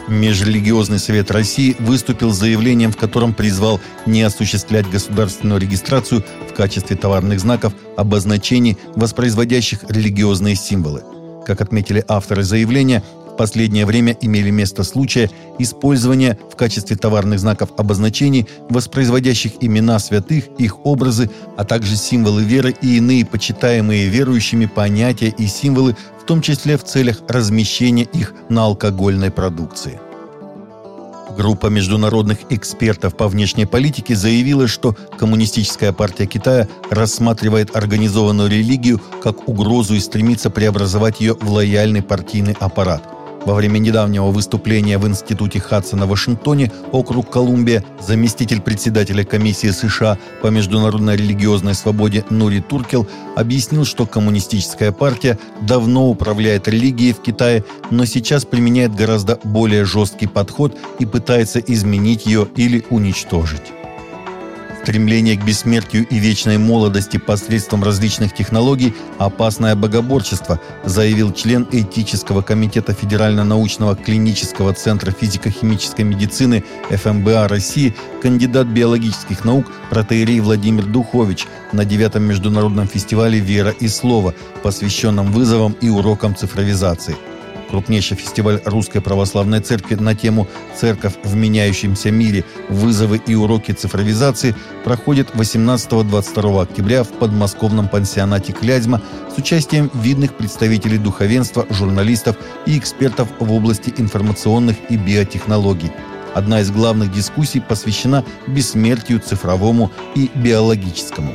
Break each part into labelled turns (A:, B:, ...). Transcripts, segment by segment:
A: Межрелигиозный совет России выступил с заявлением, в котором призвал не осуществлять государственную регистрацию в качестве товарных знаков обозначений, воспроизводящих религиозные символы. Как отметили авторы заявления, в последнее время имели место случаи использования в качестве товарных знаков обозначений, воспроизводящих имена святых, их образы, а также символы веры и иные почитаемые верующими понятия и символы, в том числе в целях размещения их на алкогольной продукции. Группа международных экспертов по внешней политике заявила, что Коммунистическая партия Китая рассматривает организованную религию как угрозу и стремится преобразовать ее в лояльный партийный аппарат. Во время недавнего выступления в Институте Хадсона в Вашингтоне, округ Колумбия, заместитель председателя Комиссии США по международной религиозной свободе Нури Туркел объяснил, что Коммунистическая партия давно управляет религией в Китае, но сейчас применяет гораздо более жесткий подход и пытается изменить ее или уничтожить. Стремление к бессмертию и вечной молодости посредством различных технологий – опасное богоборчество, заявил член Этического комитета Федерально-научного клинического центра физико-химической медицины ФМБА России, кандидат биологических наук протоиерей Владимир Духович на 9-м международном фестивале «Вера и слово», посвященном вызовам и урокам цифровизации. Крупнейший фестиваль Русской Православной Церкви на тему «Церковь в меняющемся мире. Вызовы и уроки цифровизации» проходит 18-22 октября в подмосковном пансионате «Клязьма» с участием видных представителей духовенства, журналистов и экспертов в области информационных и биотехнологий. Одна из главных дискуссий посвящена бессмертию цифровому и биологическому.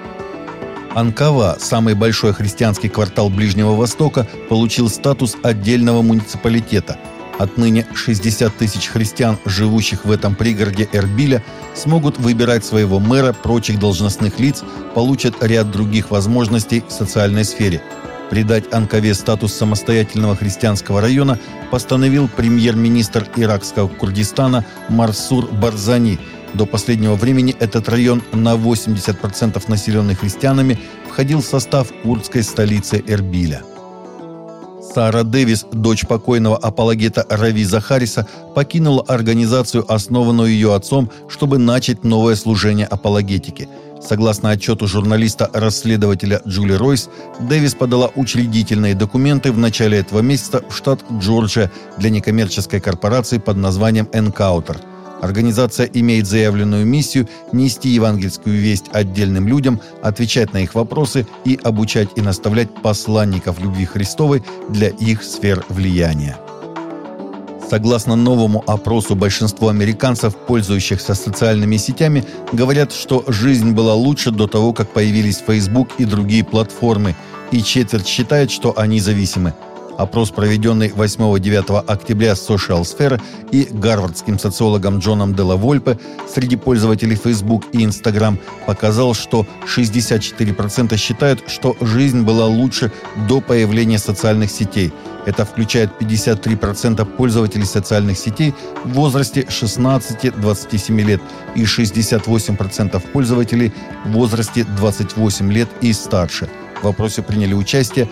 A: Анкава, самый большой христианский квартал Ближнего Востока, получил статус отдельного муниципалитета. Отныне 60 тысяч христиан, живущих в этом пригороде Эрбиля, смогут выбирать своего мэра, прочих должностных лиц, получат ряд других возможностей в социальной сфере. Придать Анкаве статус самостоятельного христианского района постановил премьер-министр иракского Курдистана Марсур Барзани. До последнего времени этот район на 80% населенный христианами входил в состав курдской столицы Эрбиля. Сара Дэвис, дочь покойного апологета Рави Захариса, покинула организацию, основанную ее отцом, чтобы начать новое служение апологетики. Согласно отчету журналиста-расследователя Джули Ройс, Дэвис подала учредительные документы в начале этого месяца в штат Джорджия для некоммерческой корпорации под названием «Энкаутер». Организация имеет заявленную миссию нести евангельскую весть отдельным людям, отвечать на их вопросы и обучать и наставлять посланников любви Христовой для их сфер влияния. Согласно новому опросу, большинство американцев, пользующихся социальными сетями, говорят, что жизнь была лучше до того, как появились Facebook и другие платформы, и четверть считает, что они зависимы. Опрос, проведенный 8-9 октября с Social Sphere и гарвардским социологом Джоном Делла Вольпе среди пользователей Facebook и Instagram, показал, что 64% считают, что жизнь была лучше до появления социальных сетей. Это включает 53% пользователей социальных сетей в возрасте 16-27 лет и 68% пользователей в возрасте 28 лет и старше. В опросе приняли участие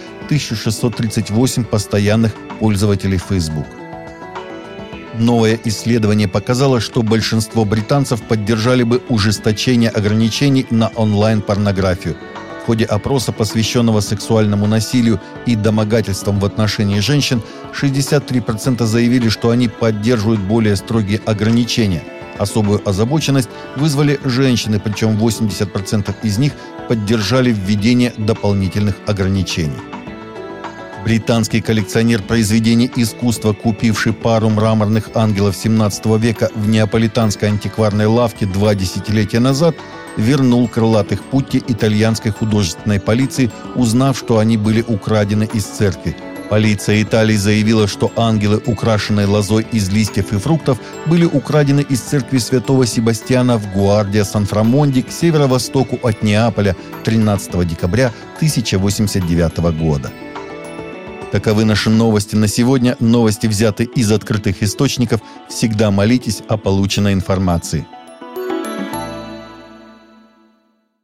A: 1638 постоянных пользователей Facebook. Новое исследование показало, что большинство британцев поддержали бы ужесточение ограничений на онлайн-порнографию. В ходе опроса, посвященного сексуальному насилию и домогательствам в отношении женщин, 63% заявили, что они поддерживают более строгие ограничения. Особую озабоченность вызвали женщины, причем 80% из них поддержали введение дополнительных ограничений. Британский коллекционер произведений искусства, купивший пару мраморных ангелов XVII века в неаполитанской антикварной лавке 2 десятилетия назад, вернул крылатых Путти итальянской художественной полиции, узнав, что они были украдены из церкви. Полиция Италии заявила, что ангелы, украшенные лозой из листьев и фруктов, были украдены из церкви святого Себастьяна в Гуардия-Сан-Фрамонди к северо-востоку от Неаполя 13 декабря 1089 года. Таковы наши новости на сегодня. Новости взяты из открытых источников. Всегда молитесь о полученной информации.